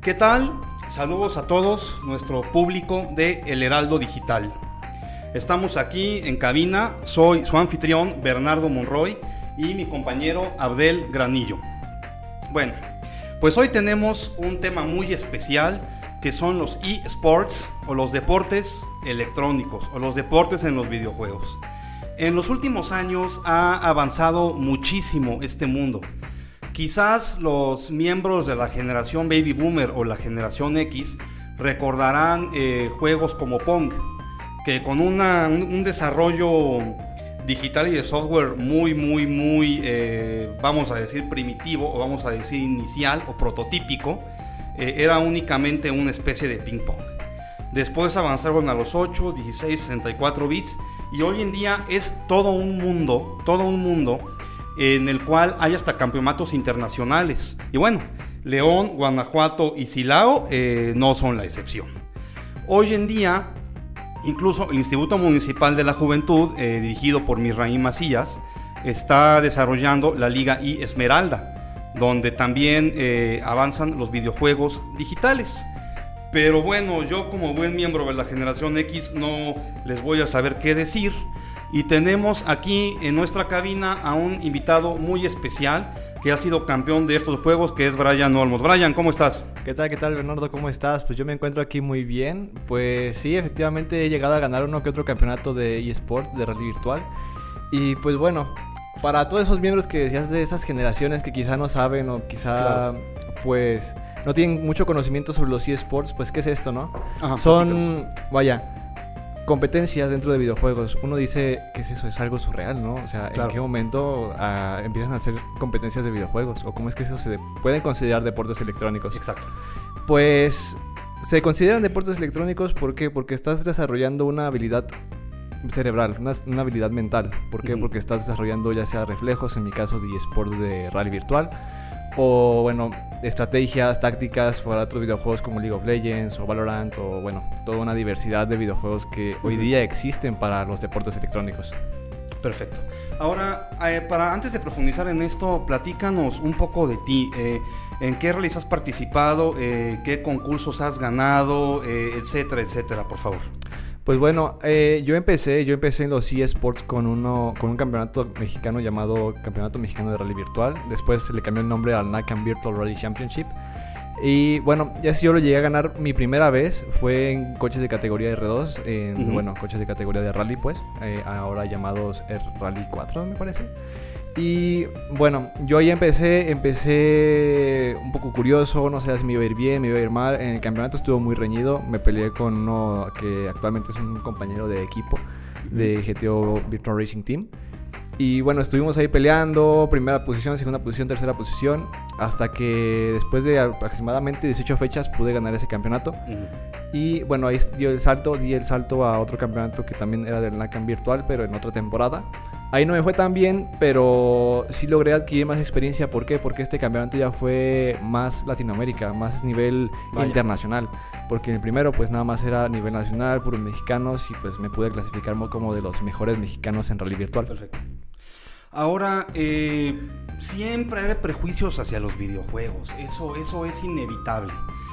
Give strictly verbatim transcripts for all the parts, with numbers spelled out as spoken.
¿Qué tal? Saludos a todos, nuestro público de El Heraldo Digital. Estamos aquí en cabina, soy su anfitrión Bernardo Monroy y mi compañero Abdel Granillo. Bueno, pues hoy tenemos un tema muy especial que son los eSports o los deportes electrónicos o los deportes en los videojuegos. En los últimos años ha avanzado muchísimo este mundo. Quizás los miembros de la generación Baby Boomer o la generación X recordarán eh, juegos como Pong, que con una, un, un desarrollo digital y de software muy, muy, muy, eh, vamos a decir primitivo o vamos a decir inicial o prototípico, eh, era únicamente una especie de ping pong. Después avanzaron a los ocho, dieciséis, sesenta y cuatro bits y hoy en día es todo un mundo, todo un mundo en el cual hay hasta campeonatos internacionales. Y bueno, León, Guanajuato y Silao eh, no son la excepción. Hoy en día, incluso el Instituto Municipal de la Juventud, eh, dirigido por Misraim Macías, está desarrollando la Liga eEsmeralda, donde también eh, avanzan los videojuegos digitales. Pero bueno, yo como buen miembro de la generación X no les voy a saber qué decir. Y tenemos aquí en nuestra cabina a un invitado muy especial que ha sido campeón de estos juegos, que es Brian Olmos. Brian, ¿cómo estás? ¿Qué tal, qué tal, Bernardo? ¿Cómo estás? Pues yo me encuentro aquí muy bien. Pues sí, efectivamente he llegado a ganar uno que otro campeonato de eSport, de rally virtual. Y pues bueno, para todos esos miembros que decías de esas generaciones que quizá no saben o quizá claro. pues no tienen mucho conocimiento sobre los eSports, pues ¿qué es esto, no? Ajá, Son, vaya... competencias dentro de videojuegos. Uno dice que es eso, es algo surreal, ¿no? O sea, claro. ¿En qué momento uh, empiezan a hacer competencias de videojuegos? ¿O cómo es que eso se de- pueden considerar deportes electrónicos? Exacto. Pues se consideran deportes electrónicos ¿por qué? Porque estás desarrollando una habilidad cerebral, una, una habilidad mental. ¿Por qué? Uh-huh. Porque estás desarrollando ya sea reflejos, en mi caso de eSports de rally virtual, o bueno, estrategias, tácticas para otros videojuegos como League of Legends o Valorant, o bueno, toda una diversidad de videojuegos que hoy día existen para los deportes electrónicos. Perfecto. Ahora, eh, para antes de profundizar en esto, platícanos un poco de ti. Eh, ¿En qué rallies has participado? Eh, ¿Qué concursos has ganado? Eh, etcétera, etcétera, por favor. Pues bueno, eh, yo empecé, yo empecé en los eSports con uno, con un campeonato mexicano llamado Campeonato Mexicano de Rally Virtual. Después se le cambió el nombre al NACAM Virtual Rally Championship. Y bueno, ya si yo lo llegué a ganar mi primera vez fue en coches de categoría R dos, en, uh-huh. bueno, coches de categoría de rally pues, eh, ahora llamados R Rally cuatro me parece. Y bueno, yo ahí empecé, empecé un poco curioso, no sé si me iba a ir bien, me iba a ir mal. En el campeonato estuvo muy reñido, me peleé con uno que actualmente es un compañero de equipo de G T O Virtual Racing Team. Y bueno, estuvimos ahí peleando, primera posición, segunda posición, tercera posición, hasta que después de aproximadamente dieciocho fechas pude ganar ese campeonato. Uh-huh. Y bueno, ahí dio el salto, di el salto a otro campeonato que también era del NACAM Virtual, pero en otra temporada. Ahí no me fue tan bien, pero sí logré adquirir más experiencia. ¿Por qué? Porque este campeonato ya fue más Latinoamérica, más nivel Vaya. internacional. Porque en el primero pues nada más era a nivel nacional, puros mexicanos, y pues me pude clasificar como de los mejores mexicanos en rally virtual. Perfecto. Ahora, eh, siempre hay prejuicios hacia los videojuegos, eso, eso es inevitable.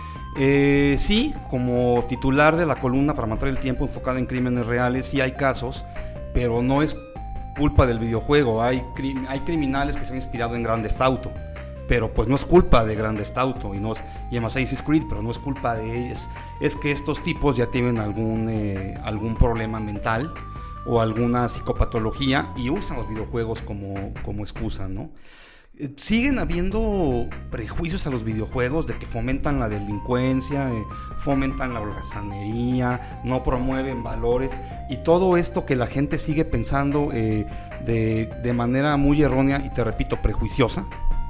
Eh, sí, como titular de la columna para matar el tiempo enfocada en crímenes reales, sí hay casos, pero no es culpa del videojuego. Hay, crim- hay criminales que se han inspirado en Grand Theft Auto, pero pues no es culpa de Grand Theft Auto y, no es, y en Assassin's Creed, pero no es culpa de ellos. Es que estos tipos ya tienen algún, eh, algún problema mental o alguna psicopatología y usan los videojuegos como, como excusa, ¿no? Eh, siguen habiendo prejuicios a los videojuegos de que fomentan la delincuencia, eh, fomentan la holgazanería, no promueven valores y todo esto que la gente sigue pensando eh, de, de manera muy errónea y te repito, prejuiciosa.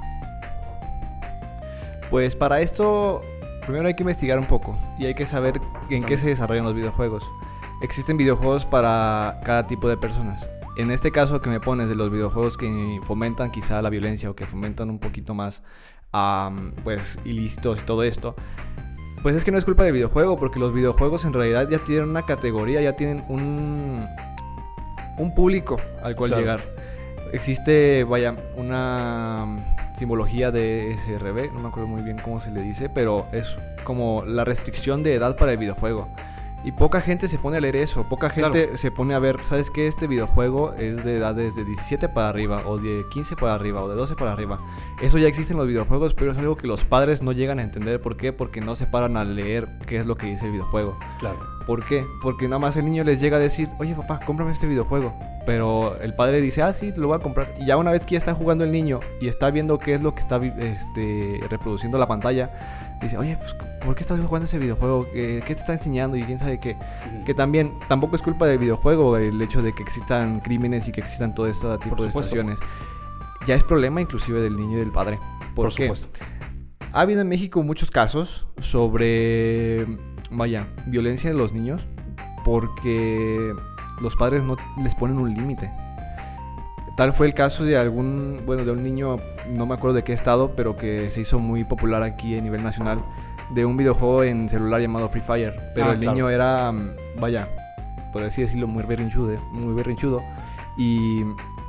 Pues para esto primero hay que investigar un poco y hay que saber en qué se desarrollan los videojuegos. Existen videojuegos para cada tipo de personas. En este caso que me pones de los videojuegos que fomentan quizá la violencia o que fomentan un poquito más um, pues ilícitos y todo esto, pues es que no es culpa del videojuego, porque los videojuegos en realidad ya tienen una categoría, ya tienen un, un público al cual claro. llegar. Existe, vaya, una simbología de S R B, no me acuerdo muy bien cómo se le dice, pero es como la restricción de edad para el videojuego. Y poca gente se pone a leer eso, poca gente claro. se pone a ver, ¿sabes qué? Este videojuego es de edades de diecisiete para arriba, o de quince para arriba, o de doce para arriba. Eso ya existe en los videojuegos, pero es algo que los padres no llegan a entender. ¿Por qué? Porque no se paran a leer qué es lo que dice el videojuego. Claro. ¿Por qué? Porque nada más el niño les llega a decir, oye papá, cómprame este videojuego. Pero el padre dice, ah sí, lo voy a comprar. Y ya una vez que ya está jugando el niño y está viendo qué es lo que está este, reproduciendo la pantalla, dice, oye, pues ¿por qué estás jugando ese videojuego? ¿Qué, qué te está enseñando? Y quién sabe qué. Uh-huh. Que también, tampoco es culpa del videojuego el hecho de que existan crímenes y que existan todo este tipo Por de supuesto. situaciones. Ya es problema inclusive del niño y del padre. ¿Por, Por qué? Supuesto. Ha habido en México muchos casos sobre, vaya, violencia de los niños porque los padres no les ponen un límite. Tal fue el caso de algún, bueno, de un niño, no me acuerdo de qué estado, pero que se hizo muy popular aquí a nivel nacional, de un videojuego en celular llamado Free Fire. Pero ah, el claro. niño era, vaya, por así decirlo, muy berrinchudo, muy berrinchudo. Y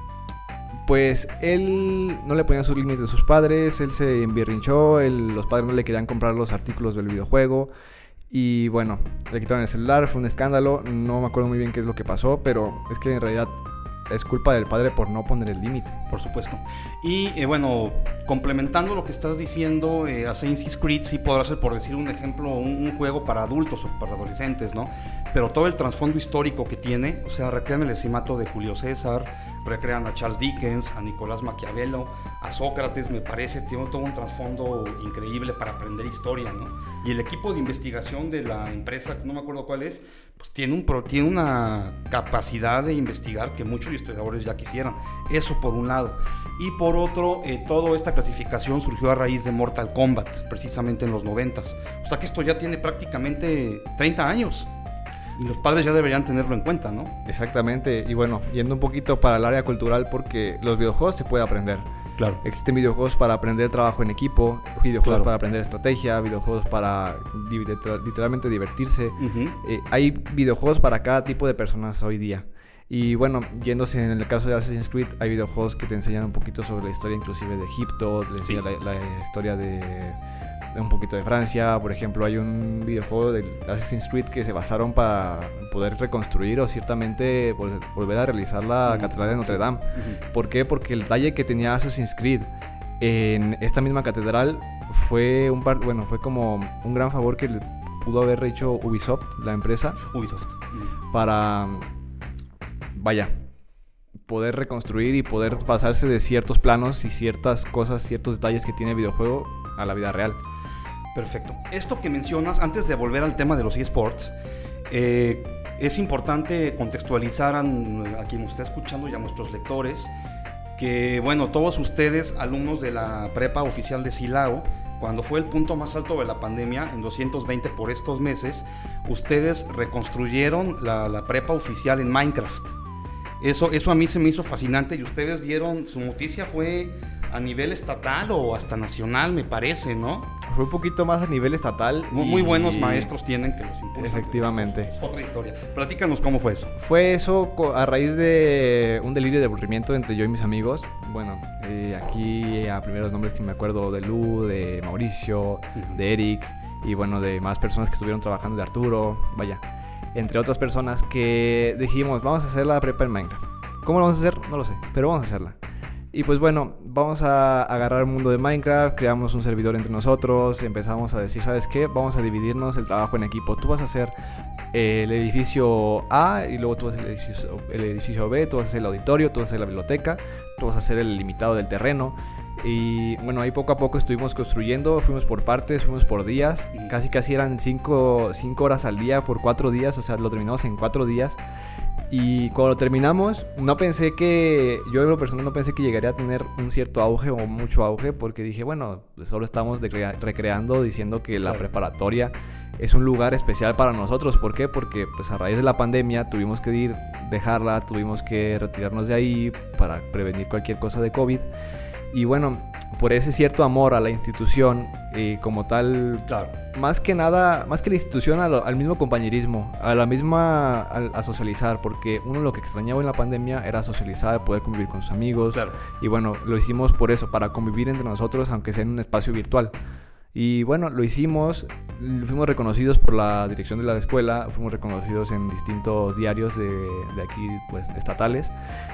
pues él no le ponía sus límites a sus padres, él se emberrinchó, él, los padres no le querían comprar los artículos del videojuego. Y bueno, le quitaron el celular, fue un escándalo, no me acuerdo muy bien qué es lo que pasó, pero es que en realidad es culpa del padre por no poner el límite. Por supuesto. Y eh, bueno, complementando lo que estás diciendo, eh, Assassin's Creed sí podrá ser, por decir un ejemplo, un, un juego para adultos o para adolescentes, ¿no? Pero todo el trasfondo histórico que tiene, o sea, recrean el asesinato de Julio César, recrean a Charles Dickens, a Nicolás Maquiavelo, a Sócrates, me parece, tiene todo un trasfondo increíble para aprender historia, ¿no? Y el equipo de investigación de la empresa, no me acuerdo cuál es, pues tiene, un, tiene una capacidad de investigar que muchos historiadores ya quisieran. Eso por un lado. Y por otro, eh, toda esta clasificación surgió a raíz de Mortal Kombat, precisamente en los noventas. O sea que esto ya tiene prácticamente treinta años. Y los padres ya deberían tenerlo en cuenta, ¿no? Exactamente. Y bueno, yendo un poquito para el área cultural, porque los videojuegos se puede aprender. Claro. Existen videojuegos para aprender trabajo en equipo, videojuegos claro. para aprender estrategia, videojuegos para literalmente divertirse. Uh-huh. Eh, hay videojuegos para cada tipo de personas hoy día. Y bueno, yéndose en el caso de Assassin's Creed, hay videojuegos que te enseñan un poquito sobre la historia inclusive de Egipto, te enseñan sí. la, la historia de, de un poquito de Francia. Por ejemplo, hay un videojuego de Assassin's Creed que se basaron para poder reconstruir o ciertamente vol- volver a realizar la uh-huh. Catedral de Notre Dame. Uh-huh. ¿Por qué? Porque el detalle que tenía Assassin's Creed en esta misma catedral fue un par, bueno, fue como un gran favor que le pudo haber hecho Ubisoft, la empresa. Ubisoft. Uh-huh. Para, vaya, poder reconstruir y poder pasarse de ciertos planos y ciertas cosas, ciertos detalles que tiene el videojuego a la vida real. Perfecto. Esto que mencionas, antes de volver al tema de los eSports, eh, es importante contextualizar a, a quien nos está escuchando y a nuestros lectores que, bueno, todos ustedes, alumnos de la prepa oficial de Silao, cuando fue el punto más alto de la pandemia, en doscientos veinte por estos meses, ustedes reconstruyeron la, la prepa oficial en Minecraft. Eso, eso a mí se me hizo fascinante y ustedes dieron, su noticia fue a nivel estatal o hasta nacional, me parece, ¿no? Fue un poquito más a nivel estatal. Muy, y... muy buenos maestros tienen que los impulsan. Efectivamente. Es otra historia. Platícanos cómo fue eso. Fue eso a raíz de un delirio de aburrimiento entre yo y mis amigos. Bueno, eh, aquí a primeros nombres que me acuerdo de Lu, de Mauricio, uh-huh. de Eric y bueno, de más personas que estuvieron trabajando, de Arturo, vaya, entre otras personas que dijimos, vamos a hacer la prepa en Minecraft. ¿Cómo lo vamos a hacer? No lo sé, pero vamos a hacerla. Y pues bueno, vamos a agarrar el mundo de Minecraft, creamos un servidor entre nosotros, empezamos a decir, ¿sabes qué? Vamos a dividirnos el trabajo en equipo. Tú vas a hacer eh, el edificio A y luego tú vas a hacer el edificio, el edificio B, tú vas a hacer el auditorio, tú vas a hacer la biblioteca, tú vas a hacer el limitado del terreno. Y bueno, ahí poco a poco estuvimos construyendo, fuimos por partes, fuimos por días, casi casi eran cinco horas al día por cuatro días, o sea, lo terminamos en cuatro días. Y cuando lo terminamos, no pensé que, yo en lo personal no pensé que llegaría a tener un cierto auge o mucho auge, porque dije, bueno, solo estamos recrea- recreando, diciendo que la preparatoria es un lugar especial para nosotros. ¿Por qué? Porque pues a raíz de la pandemia tuvimos que ir, dejarla, tuvimos que retirarnos de ahí para prevenir cualquier cosa de COVID. Y bueno, por ese cierto amor a la institución eh, como tal, claro. más que nada, más que la institución, al, al mismo compañerismo, a la misma, a, a socializar, porque uno lo que extrañaba en la pandemia era socializar, poder convivir con sus amigos, claro. Y bueno, lo hicimos por eso, para convivir entre nosotros, aunque sea en un espacio virtual. Y bueno, lo hicimos, fuimos reconocidos por la dirección de la escuela, fuimos reconocidos en distintos diarios de, de aquí, pues, estatales,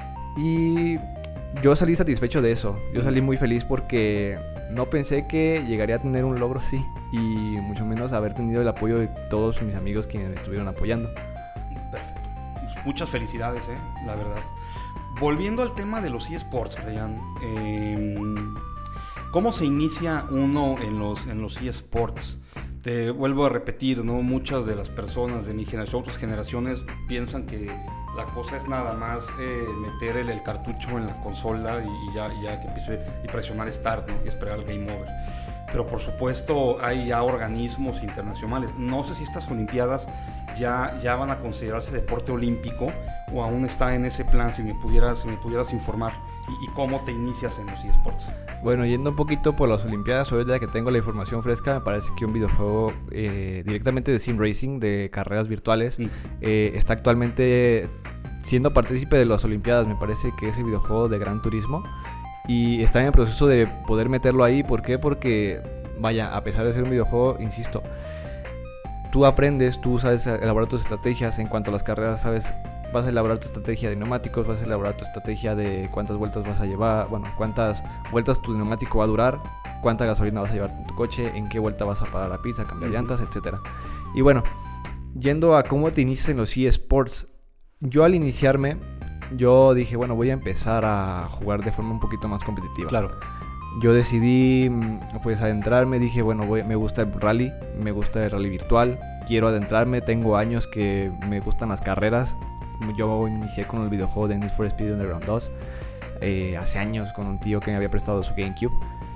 y yo salí satisfecho de eso. Yo salí muy feliz porque no pensé que llegaría a tener un logro así, y mucho menos haber tenido el apoyo de todos mis amigos quienes me estuvieron apoyando. Perfecto. Muchas felicidades, eh, la verdad. Volviendo al tema de los eSports, Ryan, eh, ¿cómo se inicia uno en los, en los eSports? Te vuelvo a repetir, ¿no? Muchas de las personas de mi generación, otras generaciones, piensan que la cosa es nada más eh, meter el, el cartucho en la consola y, y, ya, y ya que empiece y presionar Start, ¿no? Y esperar el Game Over. Pero por supuesto hay ya organismos internacionales. No sé si estas Olimpiadas ya, ya van a considerarse deporte olímpico o aún está en ese plan, si me pudieras, si me pudieras informar. ¿Y, y cómo te inicias en los eSports? Bueno, yendo un poquito por las Olimpiadas, ahorita que tengo la información fresca, me parece que un videojuego eh, directamente de Sim Racing, de carreras virtuales, mm. eh, está actualmente siendo partícipe de las Olimpiadas. Me parece que es el videojuego de Gran Turismo y está en el proceso de poder meterlo ahí. ¿Por qué? Porque, vaya, a pesar de ser un videojuego, insisto, tú aprendes, tú sabes elaborar tus estrategias en cuanto a las carreras, sabes... Vas a elaborar tu estrategia de neumáticos, vas a elaborar tu estrategia de cuántas vueltas vas a llevar, bueno, cuántas vueltas tu neumático va a durar, cuánta gasolina vas a llevar en tu coche, en qué vuelta vas a parar la pista, cambiar llantas, etcétera. Y bueno, yendo a cómo te inicias en los eSports, yo al iniciarme, yo dije, bueno, voy a empezar a jugar de forma un poquito más competitiva. Claro. Yo decidí, pues, adentrarme, dije, bueno, voy, me gusta el rally, me gusta el rally virtual, quiero adentrarme, tengo años que me gustan las carreras. Yo inicié con el videojuego de Need for Speed Underground dos eh, hace años con un tío que me había prestado su GameCube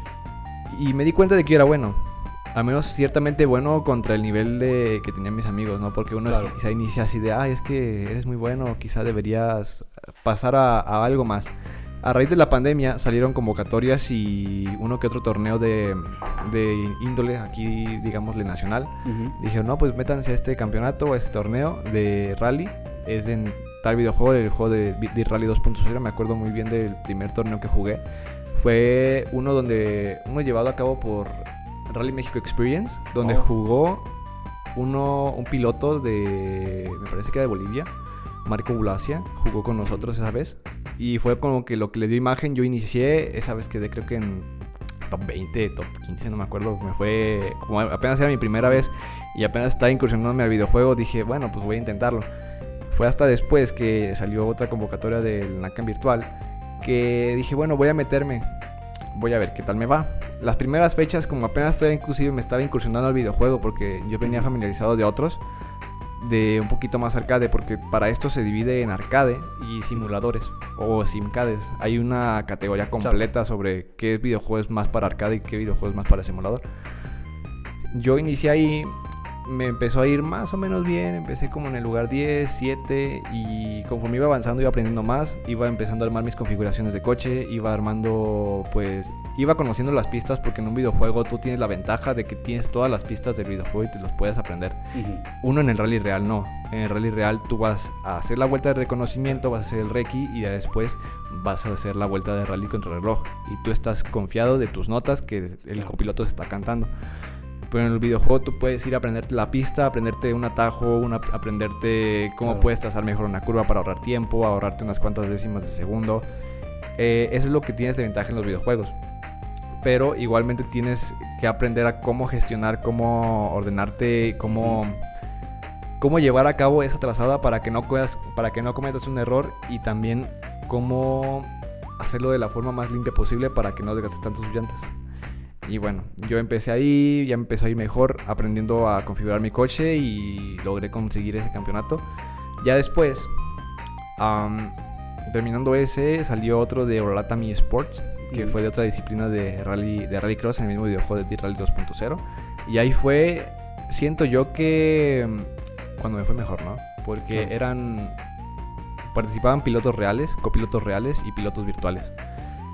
y me di cuenta de que era bueno, al menos ciertamente bueno contra el nivel de que tenían mis amigos, ¿no? Porque uno, claro, es que quizá inicia así de, ay, es que eres muy bueno, quizá deberías pasar a, a algo más. A raíz de la pandemia salieron convocatorias y uno que otro torneo de, de índole aquí, digámosle, nacional. Uh-huh. Dijeron, no, pues métanse a este campeonato o a este torneo de rally. Es en tal videojuego, el juego de, de Rally dos punto cero. Me acuerdo muy bien del primer torneo que jugué. Fue uno donde uno llevado a cabo por Rally México Experience, donde oh. jugó uno un piloto de, me parece que era de Bolivia, Marco Bulacia, jugó con nosotros esa vez. Y fue como que lo que le dio imagen. Yo inicié esa vez, quedé creo que en top veinte, top quince, no me acuerdo. Me fue, como apenas era mi primera vez y apenas estaba incursionándome al videojuego, dije, bueno, pues voy a intentarlo. Fue hasta después que salió otra convocatoria del NACAM virtual que dije, bueno, voy a meterme, voy a ver qué tal me va. Las primeras fechas, como apenas estoy, inclusive me estaba incursionando al videojuego porque yo venía familiarizado de otros, de un poquito más arcade, porque para esto se divide en arcade y simuladores o simcades. Hay una categoría completa, claro, sobre qué videojuego es más para arcade y qué videojuego es más para simulador. Yo inicié ahí, me empezó a ir más o menos bien, empecé como en el lugar diez, siete y conforme iba avanzando iba aprendiendo más, iba empezando a armar mis configuraciones de coche, iba armando, pues, iba conociendo las pistas, porque en un videojuego tú tienes la ventaja de que tienes todas las pistas del videojuego y te los puedes aprender. Uh-huh. Uno en el rally real no, en el rally real tú vas a hacer la vuelta de reconocimiento, vas a hacer el recce y ya después vas a hacer la vuelta de rally contra el reloj y tú estás confiado de tus notas que el copiloto se está cantando. Pero en el videojuego tú puedes ir a aprenderte la pista, aprenderte un atajo, una, aprenderte cómo claro. puedes trazar mejor una curva para ahorrar tiempo, ahorrarte unas cuantas décimas de segundo. Eh, eso es lo que tienes de ventaja en los videojuegos. Pero igualmente tienes que aprender a cómo gestionar, cómo ordenarte, cómo, cómo llevar a cabo esa trazada para que no cometas, para que no cometas un error, y también cómo hacerlo de la forma más limpia posible para que no desgastes tanto sus llantas. Y bueno, yo empecé ahí, ya empezó a ir mejor aprendiendo a configurar mi coche y logré conseguir ese campeonato. Ya después, um, terminando ese, salió otro de Oratami Sports, que mm. fue de otra disciplina de rally, de rallycross en el mismo videojuego de Rally dos punto cero. Y ahí fue, siento yo que cuando me fue mejor, ¿no? Porque eran, participaban pilotos reales, copilotos reales y pilotos virtuales.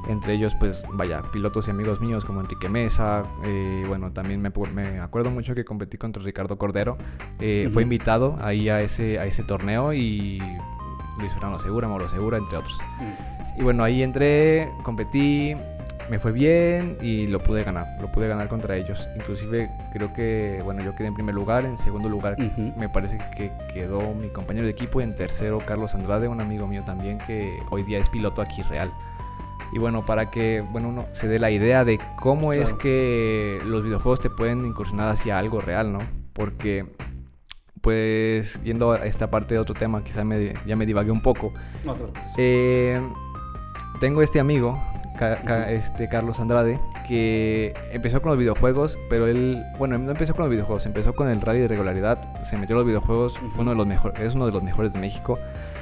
Entre ellos, pues, vaya, pilotos y amigos míos como Enrique Mesa. Eh, bueno, también me, me acuerdo mucho que competí contra Ricardo Cordero. Eh, uh-huh. Fue invitado ahí a ese, a ese torneo y Luis Fernando Segura, Mauro Segura, entre otros. Uh-huh. Y bueno, ahí entré, competí, me fue bien y lo pude ganar. Lo pude ganar contra ellos. Inclusive creo que, bueno, yo quedé en primer lugar. En segundo lugar uh-huh. me parece que quedó mi compañero de equipo. Y en tercero, Carlos Andrade, un amigo mío también que hoy día es piloto aquí real. Y bueno, para que bueno, uno se dé la idea de cómo claro. es que los videojuegos te pueden incursionar hacia algo real, ¿no? Porque, pues, yendo a esta parte de otro tema, quizás me, ya me divagué un poco. No, claro, sí. eh, tengo este amigo, ca, ca, este Carlos Andrade, que empezó con los videojuegos, pero él, bueno, no empezó con los videojuegos, empezó con el rally de regularidad, se metió a los videojuegos, uh-huh. fue uno de los mejores, es uno de los mejores de México,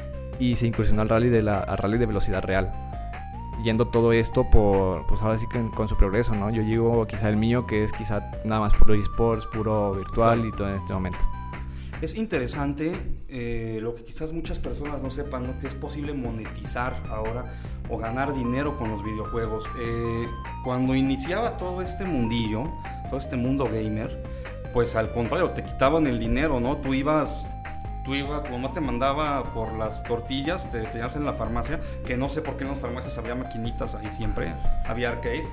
y se incursionó al rally de, la, al rally de velocidad real. Yendo todo esto por, pues ahora sí que con su progreso, ¿no? Yo llego quizá el mío, que es quizá nada más puro eSports, puro virtual y todo en este momento. Es interesante eh, lo que quizás muchas personas no sepan, ¿no? Que es posible monetizar ahora o ganar dinero con los videojuegos. Eh, cuando iniciaba todo este mundillo, todo este mundo gamer, pues al contrario, te quitaban el dinero, ¿no? Tú ibas... Tú ibas, tu mamá te mandaba por las tortillas, te tenías en la farmacia, que no sé por qué en las farmacias había maquinitas ahí siempre, había arcade,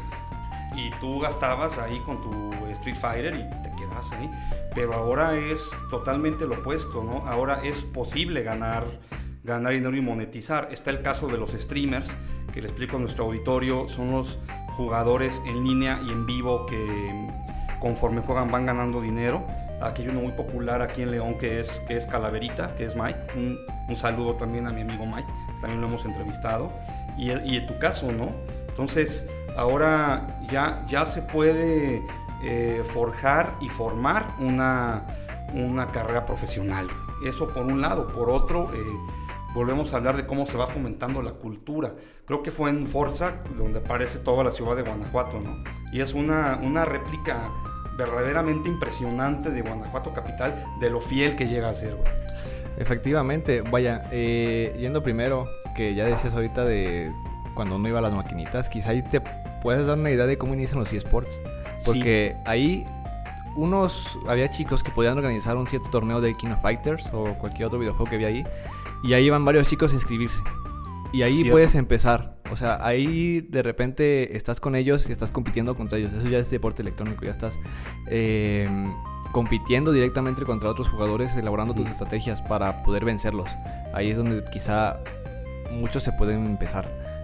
y tú gastabas ahí con tu Street Fighter y te quedas ahí. Pero ahora es totalmente lo opuesto, ¿no? Ahora es posible ganar, ganar dinero y monetizar. Está el caso de los streamers, que le explico a nuestro auditorio, son los jugadores en línea y en vivo que conforme juegan van ganando dinero. Aquí hay uno muy popular aquí en León que es, que es Calaverita, que es Mike. Un, un saludo también a mi amigo Mike, también lo hemos entrevistado. Y, y en tu caso, ¿no? Entonces, ahora ya, ya se puede eh, forjar y formar una, una carrera profesional. Eso por un lado. Por otro, eh, volvemos a hablar de cómo se va fomentando la cultura. Creo que fue en Forza donde aparece toda la ciudad de Guanajuato, ¿no? Y es una, una réplica verdaderamente impresionante de Guanajuato capital, de lo fiel que llega a ser, güey. Efectivamente, vaya, eh, yendo primero, que ya decías ahorita de cuando uno iba a las maquinitas, quizá ahí te puedes dar una idea de cómo inician los eSports, porque sí. ahí unos, había chicos que podían organizar un cierto torneo de King of Fighters o cualquier otro videojuego que había ahí, y ahí iban varios chicos a inscribirse. Y ahí Cierto. puedes empezar, o sea, ahí de repente estás con ellos y estás compitiendo contra ellos. Eso ya es deporte electrónico, ya estás eh, compitiendo directamente contra otros jugadores, elaborando tus estrategias para poder vencerlos. Ahí es donde quizá muchos se pueden empezar.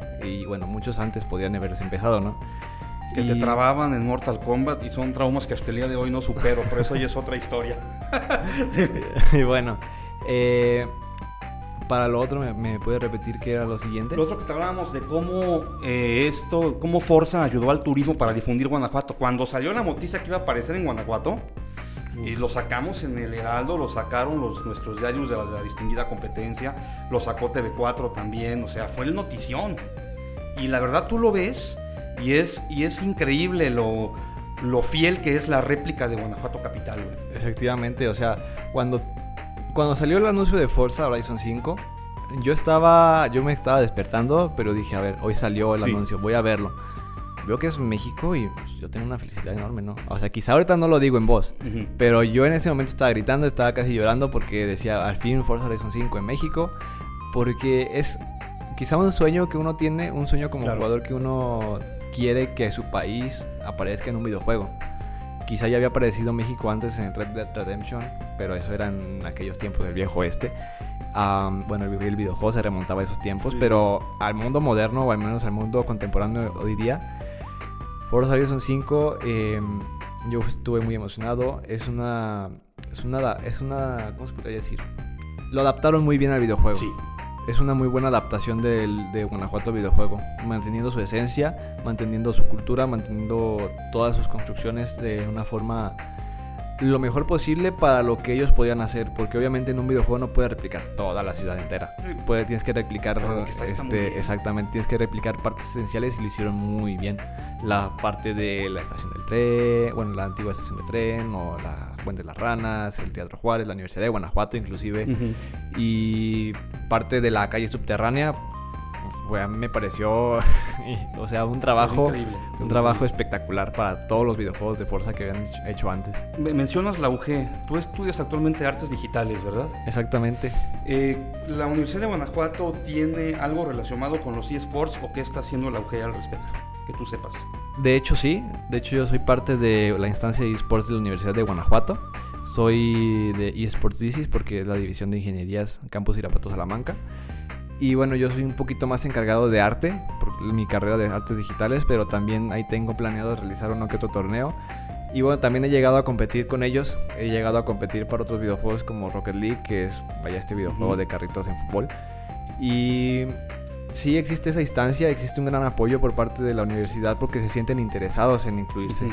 Y bueno, muchos antes podían haberse empezado, ¿no? Que y... te trababan en Mortal Kombat y son traumas que hasta el día de hoy no supero, pero eso ya es otra historia. Y bueno, eh... para lo otro, ¿me, me puedes repetir qué era lo siguiente? Lo otro que te hablábamos de cómo eh, esto, cómo Forza ayudó al turismo para difundir Guanajuato. Cuando salió la noticia que iba a aparecer en Guanajuato, uh. y lo sacamos en el Heraldo, lo sacaron los, nuestros diarios de la, de la distinguida competencia, lo sacó T V cuatro también, o sea, fue el notición. Y la verdad tú lo ves y es, y es increíble lo, lo fiel que es la réplica de Guanajuato capital, güey. Efectivamente, o sea, cuando... Cuando salió el anuncio de Forza Horizon cinco, yo estaba, yo me estaba despertando, pero dije, a ver, hoy salió el sí. anuncio, voy a verlo. Veo que es México y pues, yo tengo una felicidad enorme, ¿no? O sea, quizá ahorita no lo digo en voz, uh-huh. pero yo en ese momento estaba gritando, estaba casi llorando porque decía, al fin Forza Horizon cinco en México, porque es quizá un sueño que uno tiene, un sueño como claro. jugador que uno quiere que su país aparezca en un videojuego. Quizá ya había aparecido México antes en Red Dead Redemption, pero eso era en aquellos tiempos del viejo oeste. Um, bueno, el, el videojuego se remontaba a esos tiempos, sí. pero al mundo moderno, o al menos al mundo contemporáneo hoy día, Forza Horizon cinco, eh, yo estuve muy emocionado. Es una, es una, es una, ¿cómo se podría decir? Lo adaptaron muy bien al videojuego. Sí. Es una muy buena adaptación del, de Guanajuato videojuego, manteniendo su esencia, manteniendo su cultura, manteniendo todas sus construcciones de una forma lo mejor posible para lo que ellos podían hacer, porque obviamente en un videojuego no puedes replicar toda la ciudad entera. Puede, tienes que replicar, que está, está este, exactamente, tienes que replicar partes esenciales y lo hicieron muy bien. La parte de la estación del tren, bueno, la antigua estación de tren, o la Fuente de las Ranas, el Teatro Juárez, la Universidad de Guanajuato inclusive, uh-huh. y parte de la calle subterránea, bueno, a mí me pareció, o sea, un trabajo, Increíble. un trabajo espectacular para todos los videojuegos de Forza que habían hecho antes. Me- Mencionas la U G. Tú estudias actualmente artes digitales, ¿verdad? Exactamente. Eh, ¿La Universidad de Guanajuato tiene algo relacionado con los eSports o qué está haciendo la U G al respecto? Que tú sepas. De hecho, sí. De hecho, yo soy parte de la instancia de eSports de la Universidad de Guanajuato. Soy de eSports D C S porque es la división de ingenierías Campus Irapuato Salamanca. Y bueno, yo soy un poquito más encargado de arte, por mi carrera de artes digitales, pero también ahí tengo planeado realizar uno que otro torneo. Y bueno, también he llegado a competir con ellos. He llegado a competir para otros videojuegos como Rocket League, que es, vaya, este videojuego Uh-huh. de carritos en fútbol. Y sí existe esa instancia, existe un gran apoyo por parte de la universidad porque se sienten interesados en incluirse.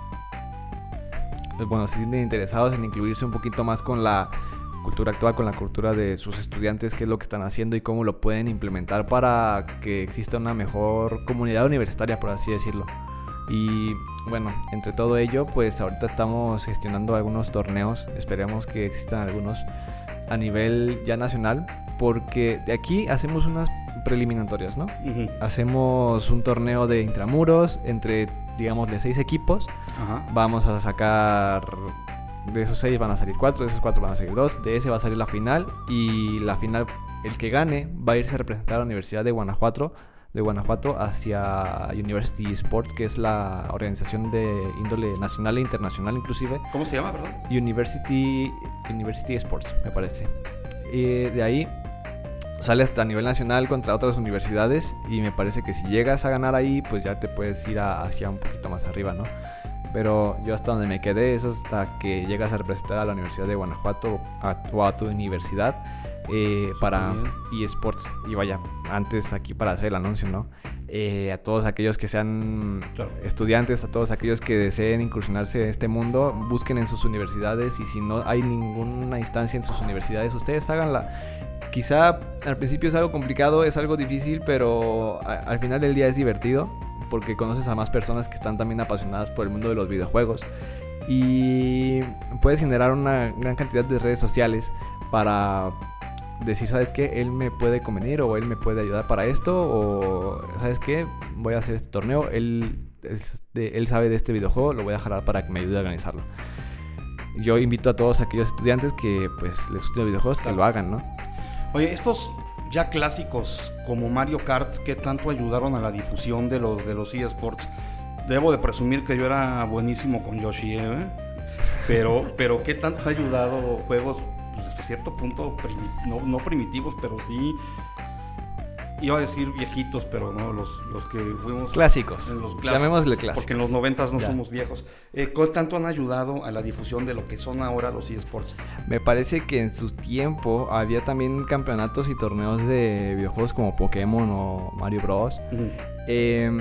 Uh-huh. Bueno, se sienten interesados en incluirse un poquito más con la cultura actual, con la cultura de sus estudiantes, qué es lo que están haciendo y cómo lo pueden implementar para que exista una mejor comunidad universitaria, por así decirlo. Y bueno, entre todo ello, pues ahorita estamos gestionando algunos torneos, esperemos que existan algunos a nivel ya nacional, porque de aquí hacemos unas preliminatorias, ¿no? Uh-huh. Hacemos un torneo de intramuros entre, digamos, de seis equipos. Ajá. Vamos a sacar, de esos seis van a salir cuatro, de esos cuatro van a salir dos, de ese va a salir la final, y la final, el que gane va a irse a representar a la Universidad de Guanajuato, de Guanajuato hacia University Sports, que es la organización de índole nacional e internacional inclusive. ¿Cómo se llama, perdón? University, University Sports, me parece. Y de ahí sale hasta a nivel nacional contra otras universidades, y me parece que si llegas a ganar ahí, pues ya te puedes ir a, hacia un poquito más arriba, ¿no? Pero yo hasta donde me quedé es hasta que llegas a representar a la Universidad de Guanajuato a, o a tu universidad eh, para eSports. Y vaya, antes aquí para hacer el anuncio, ¿no? Eh, a todos aquellos que sean Claro. estudiantes, a todos aquellos que deseen incursionarse en este mundo, busquen en sus universidades, y si no hay ninguna instancia en sus universidades, ustedes háganla. Quizá al principio es algo complicado, es algo difícil, pero a, al final del día es divertido, porque conoces a más personas que están también apasionadas por el mundo de los videojuegos, y puedes generar una gran cantidad de redes sociales para decir, ¿sabes qué? Él me puede convenir, o él me puede ayudar para esto, o ¿sabes qué? Voy a hacer este torneo, él, es de, él sabe de este videojuego, lo voy a jalar para que me ayude a organizarlo. Yo invito a todos aquellos estudiantes que pues les gusten los videojuegos, que lo hagan, ¿no? Oye, estos ya clásicos como Mario Kart, ¿qué tanto ayudaron a la difusión de los, de los eSports? Debo de presumir que yo era buenísimo con Yoshi, ¿eh? Pero, pero ¿qué tanto ha ayudado juegos, pues, hasta cierto punto, primi- no, no primitivos, pero sí, iba a decir viejitos, pero no, los, los que fuimos... Clásicos, en los clásicos, llamémosle clásicos. porque en los noventas no Ya. somos viejos. Eh, ¿Qué tanto han ayudado a la difusión de lo que son ahora los eSports? Me parece que en su tiempo había también campeonatos y torneos de videojuegos como Pokémon o Mario Bros. Uh-huh. Eh,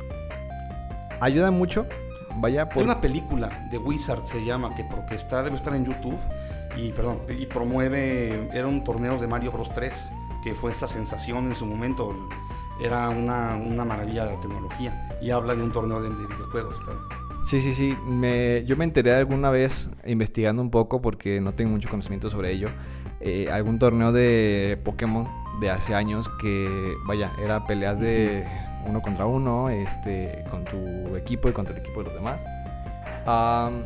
ayuda mucho, vaya, Hay por... una película de Wizard, se llama, que porque está, debe estar en YouTube y perdón, y promueve, eran torneos de Mario Bros tres, que fue esta sensación en su momento, era una, una maravilla de la tecnología, y habla de un torneo de, de videojuegos. Pero... Sí, sí, sí. Me, yo me enteré alguna vez investigando un poco porque no tengo mucho conocimiento sobre ello. Eh, algún torneo de Pokémon de hace años que, vaya, era peleas de uno contra uno, este, con tu equipo y contra el equipo de los demás. Um,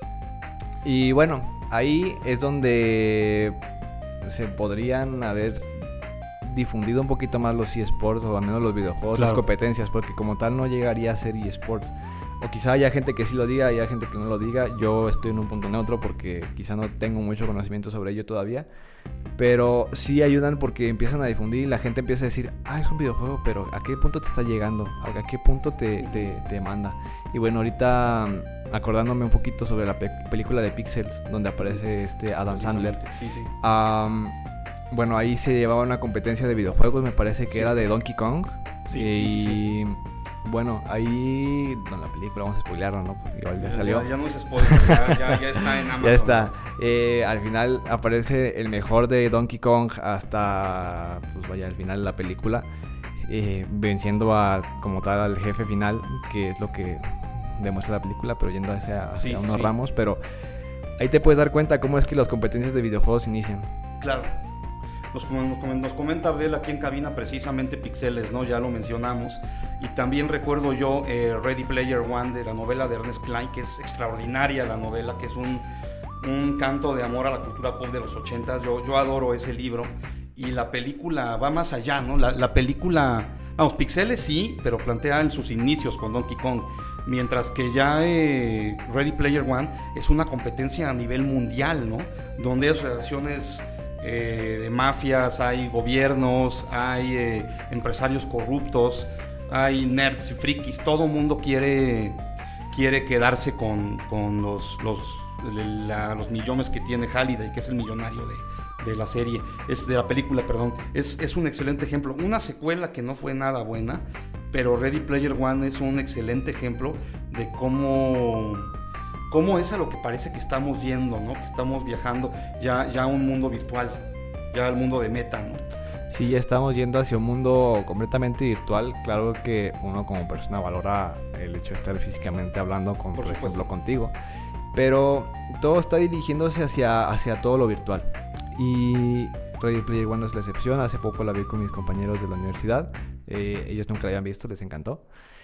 y bueno, ahí es donde se podrían haber difundido un poquito más los eSports, o al menos los videojuegos, Claro. las competencias, porque como tal no llegaría a ser eSports. O quizá haya gente que sí lo diga y haya gente que no lo diga. Yo estoy en un punto neutro porque quizá no tengo mucho conocimiento sobre ello todavía. Pero sí ayudan porque empiezan a difundir y la gente empieza a decir, ah, es un videojuego, pero ¿a qué punto te está llegando? ¿A qué punto te, te, te manda? Y bueno, ahorita acordándome un poquito sobre la pe- película de Pixels, donde aparece este Adam Sandler. Sí, sí. Um, bueno, ahí se llevaba una competencia de videojuegos, me parece que Sí. era de Donkey Kong. Sí, y sí, sí, sí. bueno, ahí, no, la película vamos a spoilearla, ¿no? Porque igual ya salió. Ya, ya no es spoiler, ya, ya, ya está en Amazon. Ya está. Eh, al final aparece el mejor de Donkey Kong hasta, pues vaya, al final de la película, eh, venciendo a, como tal, al jefe final, que es lo que demuestra la película, pero yendo hacia, hacia Sí, sí, unos sí. ramos. Pero ahí te puedes dar cuenta cómo es que las competencias de videojuegos inician. Claro. Nos, nos, nos comenta Abdel aquí en cabina precisamente Pixeles, ¿no? Ya lo mencionamos. Y también recuerdo yo eh, Ready Player One, de la novela de Ernest Cline, que es extraordinaria la novela, que es un, un canto de amor a la cultura pop de los ochentas. Yo, yo adoro ese libro. Y la película va más allá, ¿no? La, la película, vamos, Pixeles sí, pero plantea en sus inicios con Donkey Kong. Mientras que ya eh, Ready Player One es una competencia a nivel mundial, ¿no? Donde hay asociaciones eh, de mafias, hay gobiernos, hay eh, empresarios corruptos, hay nerds y frikis. Todo mundo quiere, quiere quedarse con, con los, los, la, los millones que tiene Halliday, que es el millonario de, de la serie, es de la película, perdón. Es, es un excelente ejemplo. Una secuela que no fue nada buena, pero Ready Player One es un excelente ejemplo de cómo, cómo es a lo que parece que estamos yendo, ¿no? Que estamos viajando ya, ya a un mundo virtual, ya al mundo de meta, ¿no? Sí, ya estamos yendo hacia un mundo completamente virtual. Claro que uno como persona valora el hecho de estar físicamente hablando, con, por, por ejemplo, contigo. Pero todo está dirigiéndose hacia, hacia todo lo virtual. Y Ready Player One no es la excepción. Hace poco la vi con mis compañeros de la universidad. Eh, ellos nunca la habían visto, les encantó.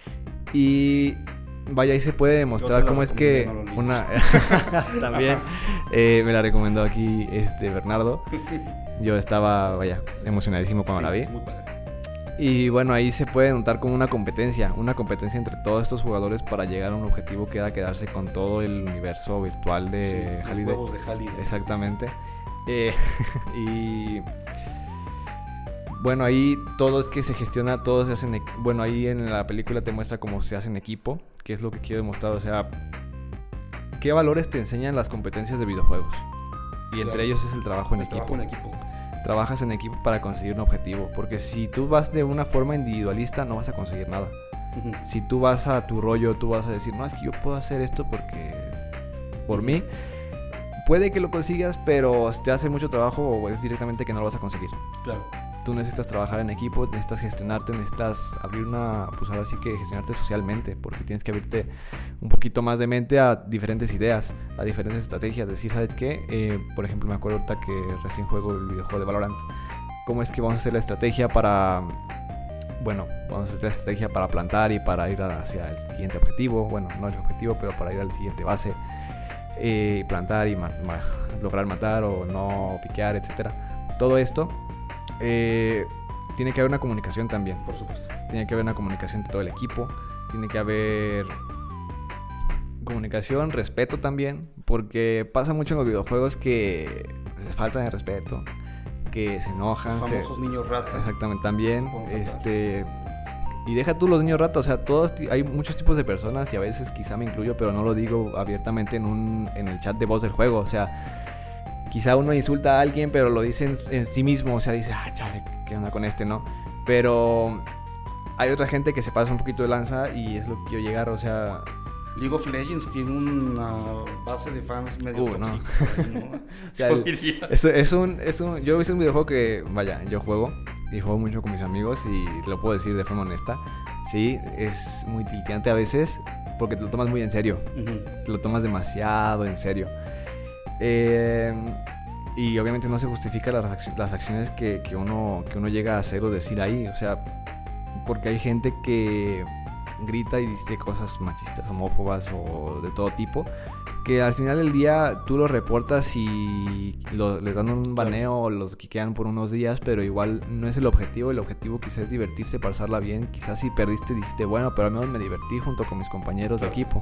Y vaya, ahí se puede demostrar cómo es que no una también eh, me la recomendó aquí este Bernardo. Yo estaba, vaya, emocionadísimo cuando sí, la vi. Muy padre. Y bueno, ahí se puede notar como una competencia, una competencia entre todos estos jugadores para llegar a un objetivo que era quedarse con todo el universo virtual de sí, Halliday. Los juegos de Halliday. Exactamente. Eh, y bueno, ahí todo es que se gestiona, todo se hace en, bueno, ahí en la película te muestra cómo se hace en equipo, que es lo que quiero demostrar, o sea, qué valores te enseñan las competencias de videojuegos. Y claro, entre ellos es el trabajo en el equipo. Trabajo en equipo. Trabajas en equipo para conseguir un objetivo, porque si tú vas de una forma individualista no vas a conseguir nada. Uh-huh. Si tú vas a tu rollo, tú vas a decir, no, es que yo puedo hacer esto porque por mí, puede que lo consigas, pero te hace mucho trabajo o es directamente que no lo vas a conseguir. Claro. Tú necesitas trabajar en equipo, necesitas gestionarte, necesitas abrir una, pues ahora sí que gestionarte socialmente, porque tienes que abrirte un poquito más de mente a diferentes ideas, a diferentes estrategias. Decir, ¿sabes qué? Eh, por ejemplo, me acuerdo ahorita que recién juego el videojuego de Valorant. ¿Cómo es que vamos a hacer la estrategia para, bueno, vamos a hacer la estrategia para plantar y para ir hacia el siguiente objetivo? Bueno, no el objetivo, pero para ir al siguiente base, eh, plantar y ma- ma- lograr matar o no piquear, etcétera. Todo esto Eh, tiene que haber una comunicación también. Por supuesto. Tiene que haber una comunicación de todo el equipo. Tiene que haber comunicación, respeto también. Porque pasa mucho en los videojuegos que les faltan el respeto, que se enojan. Los famosos se... niños ratas. Exactamente, también. Este... Y deja tú los niños ratas, o sea, todos t- hay muchos tipos de personas y a veces quizá me incluyo, pero no lo digo abiertamente en un en el chat de voz del juego, o sea, quizá uno insulta a alguien, pero lo dice en, en sí mismo. O sea, dice, ah, chale, ¿qué onda con este, no? Pero hay otra gente que se pasa un poquito de lanza y es lo que quiero llegar, o sea... League of Legends tiene una base de fans medio uh, tóxica, no. ¿no? O sea, es, es, un, es un... Yo hice un videojuego que, vaya, yo juego y juego mucho con mis amigos y lo puedo decir de forma honesta. Sí, es muy tilteante a veces porque te lo tomas muy en serio. Uh-huh. Te lo tomas demasiado en serio. Eh, y obviamente no se justifica las, acc- las acciones que, que, uno, que uno llega a hacer o decir ahí, o sea, porque hay gente que grita y dice cosas machistas, homófobas o de todo tipo, que al final del día tú los reportas y lo, les dan un baneo o los quiquean por unos días, pero igual no es el objetivo. El objetivo quizás es divertirse, pasarla bien. Quizás si perdiste dijiste, bueno, pero al menos me divertí junto con mis compañeros de equipo.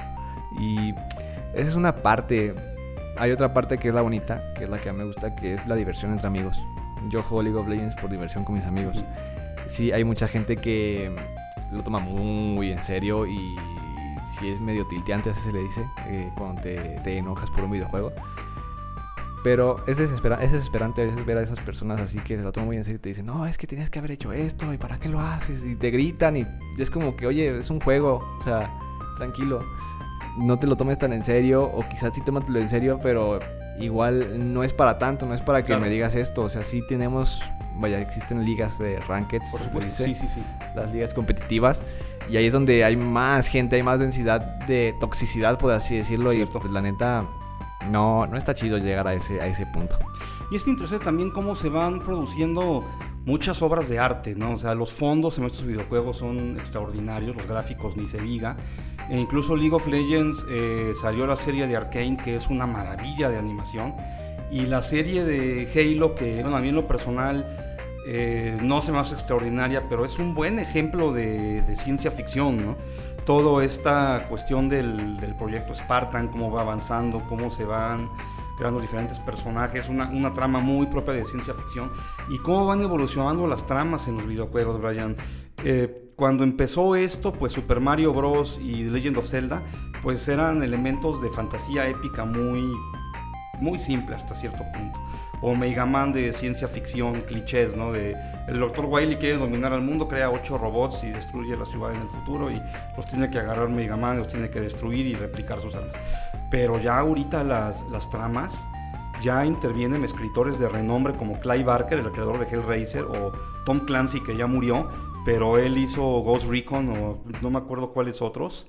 Y esa es una parte. Hay otra parte que es la bonita, que es la que a mí me gusta, que es la diversión entre amigos. Yo juego League of Legends por diversión con mis amigos. Sí, hay mucha gente que lo toma muy en serio y sí es medio tilteante, así se le dice, eh, cuando te, te enojas por un videojuego. Pero es, desespera- es desesperante a veces ver a esas personas así que se lo toman muy en serio y te dicen, no, es que tenías que haber hecho esto, ¿y para qué lo haces? Y te gritan y es como que, oye, es un juego, o sea, tranquilo. No te lo tomes tan en serio, o quizás sí tómatelo en serio, pero igual no es para tanto, no es para que claro. me digas esto. O sea, sí tenemos, vaya, existen ligas de rankeds, por supuesto, dice, sí, sí, sí. las ligas competitivas, y ahí es donde hay más gente, hay más densidad de toxicidad, por así decirlo. Cierto. Y pues la neta, no, no está chido llegar a ese, a ese punto. Y es interesante también cómo se van produciendo muchas obras de arte, ¿no? O sea, los fondos en estos videojuegos son extraordinarios, los gráficos ni se diga. E incluso League of Legends eh, salió la serie de Arcane, que es una maravilla de animación. Y la serie de Halo, que bueno, a mí en lo personal eh, no se me hace extraordinaria, pero es un buen ejemplo de, de ciencia ficción, ¿no? Toda esta cuestión del, del proyecto Spartan, cómo va avanzando, cómo se van creando diferentes personajes, una, una trama muy propia de ciencia ficción, y cómo van evolucionando las tramas en los videojuegos, Brian. Eh, cuando empezó esto, pues Super Mario Bros. Y The Legend of Zelda, pues eran elementos de fantasía épica muy, muy simple hasta cierto punto. O Mega Man de ciencia ficción, clichés, ¿no? De el doctor Wily quiere dominar al mundo, crea ocho robots y destruye la ciudad en el futuro y los tiene que agarrar Mega Man, los tiene que destruir y replicar sus armas. Pero ya ahorita las, las tramas, ya intervienen escritores de renombre como Clive Barker, el creador de Hellraiser, o Tom Clancy, que ya murió, pero él hizo Ghost Recon o no me acuerdo cuáles otros,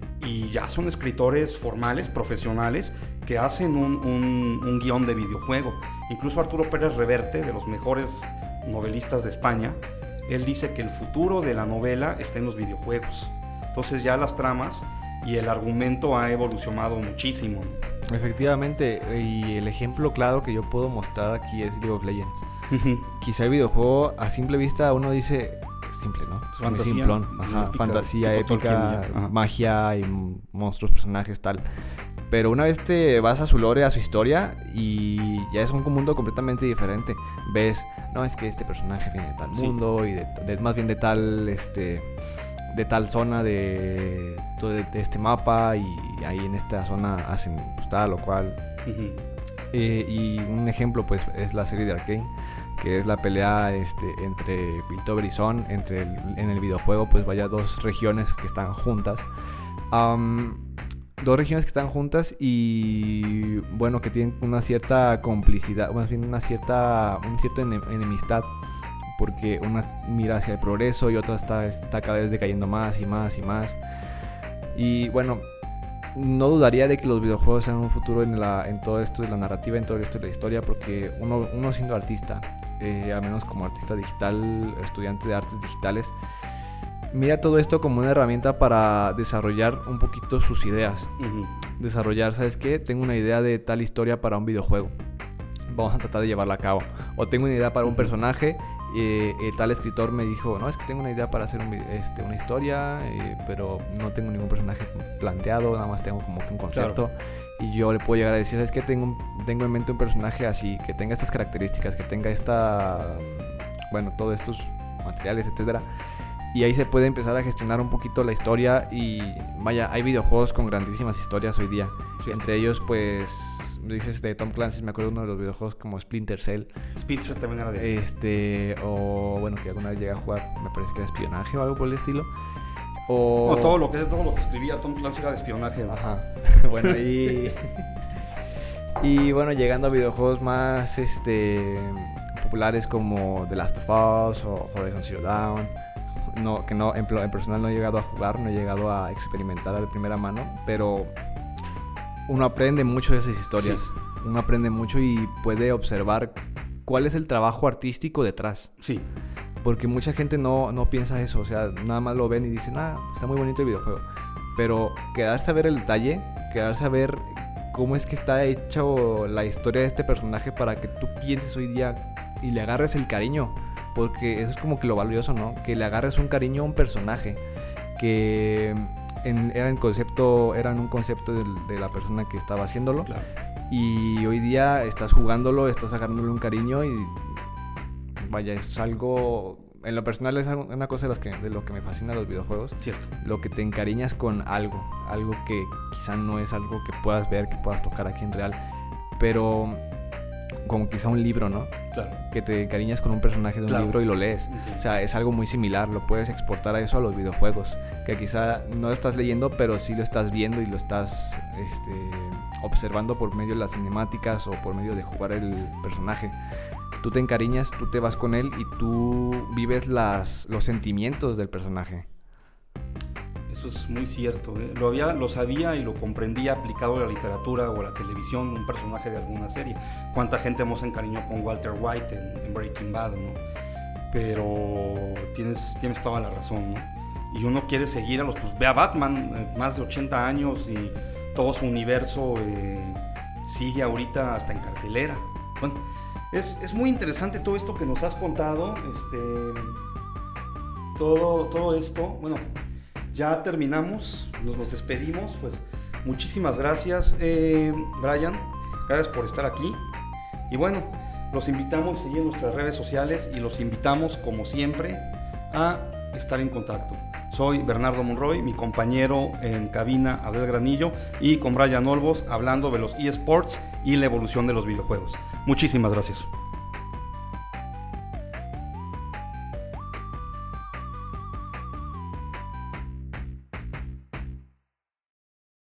y ya son escritores formales, profesionales, que hacen un, un, un guión de videojuego. Incluso Arturo Pérez Reverte, de los mejores novelistas de España, él dice que el futuro de la novela está en los videojuegos. Entonces ya las tramas y el argumento ha evolucionado muchísimo. Efectivamente, y el ejemplo claro que yo puedo mostrar aquí es League of Legends. Quizá el videojuego a simple vista uno dice simple, ¿no? Es fantasía, simplón. Ajá, épica, fantasía épica, Ajá. magia y monstruos, personajes, tal. Pero una vez te vas a su lore, a su historia, y ya es un mundo completamente diferente. Ves, no, es que este personaje viene de tal mundo, sí. y de, de, más bien de tal, este, de tal zona de, de, de este mapa, y ahí en esta zona hacen pues, tal o cual. Uh-huh. Eh, y un ejemplo, pues, es la serie de Arcane, que es la pelea este, entre Piltover y Zone. Entre el, en el videojuego, pues, vaya dos regiones que están juntas. Um, Dos regiones que están juntas y, bueno, que tienen una cierta complicidad, más bien una cierta, un cierto enemistad, porque una mira hacia el progreso y otra está, está cada vez decayendo más y más y más. Y, bueno, no dudaría de que los videojuegos sean un futuro en, la, en todo esto de la narrativa, en todo esto de la historia, porque uno, uno siendo artista, eh, al menos como artista digital, estudiante de artes digitales, mira todo esto como una herramienta para desarrollar un poquito sus ideas. Uh-huh. Desarrollar, ¿sabes qué? Tengo una idea de tal historia para un videojuego. Vamos a tratar de llevarla a cabo. O tengo una idea para un uh-huh. personaje. Eh, eh, tal escritor me dijo, no, es que tengo una idea para hacer un, este, una historia, eh, pero no tengo ningún personaje planteado, nada más tengo como que un concepto. Claro. Y yo le puedo llegar a decir, ¿sabes qué? Tengo, tengo en mente un personaje así, que tenga estas características, que tenga esta... Bueno, todos estos materiales, etcétera. Y ahí se puede empezar a gestionar un poquito la historia. Y vaya, hay videojuegos con grandísimas historias hoy día. Sí. Entre ellos, pues, dices de Tom Clancy, me acuerdo de uno de los videojuegos como Splinter Cell. Splinter también era de... Este, o bueno, que alguna vez llegué a jugar, me parece que era espionaje o algo por el estilo. O... No, todo lo que, todo lo que escribía Tom Clancy era de espionaje. Ajá. Bueno, y... y bueno, llegando a videojuegos más, este... populares como The Last of Us o Horizon Zero Dawn. No, que no, en, en personal no he llegado a jugar, no he llegado a experimentar de primera mano, pero uno aprende mucho de esas historias. Sí. Uno aprende mucho y puede observar cuál es el trabajo artístico detrás. Sí. Porque mucha gente no, no piensa eso, o sea, nada más lo ven y dicen, ah, está muy bonito el videojuego. Pero quedarse a ver el detalle, quedarse a ver cómo es que está hecho la historia de este personaje para que tú pienses hoy día y le agarres el cariño. Porque eso es como que lo valioso, ¿no? Que le agarres un cariño a un personaje que en, era en concepto, eran un concepto de, de la persona que estaba haciéndolo. Claro. Y hoy día estás jugándolo, estás agarrándole un cariño y vaya, es algo... En lo personal es una cosa de, las que, de lo que me fascina los videojuegos. Cierto. Lo que te encariñas con algo, algo que quizá no es algo que puedas ver, que puedas tocar aquí en real, pero... como quizá un libro, ¿no? Claro. Que te encariñas con un personaje de un claro. libro y lo lees. Okay. O sea, es algo muy similar. Lo puedes exportar a eso a los videojuegos. Que quizá no lo estás leyendo, pero sí lo estás viendo y lo estás este, observando por medio de las cinemáticas o por medio de jugar el personaje. Tú te encariñas, tú te vas con él y tú vives las, los sentimientos del personaje. Es Eso es muy cierto, ¿eh? Lo había, lo sabía y lo comprendía aplicado a la literatura o a la televisión, un personaje de alguna serie. Cuánta gente hemos encariñado con Walter White en, en Breaking Bad, ¿no? Pero tienes, tienes toda la razón, ¿no? Y uno quiere seguir a los, pues ve a Batman, eh, más de ochenta años y todo su universo eh, sigue ahorita hasta en cartelera. Bueno, es, es muy interesante todo esto que nos has contado, este, todo, todo esto, bueno. Ya terminamos, nos, nos despedimos, pues muchísimas gracias, eh, Brian, gracias por estar aquí. Y bueno, los invitamos a seguir en nuestras redes sociales y los invitamos, como siempre, a estar en contacto. Soy Bernardo Monroy, mi compañero en cabina Abdel Granillo, y con Brian Olmos hablando de los eSports y la evolución de los videojuegos. Muchísimas gracias.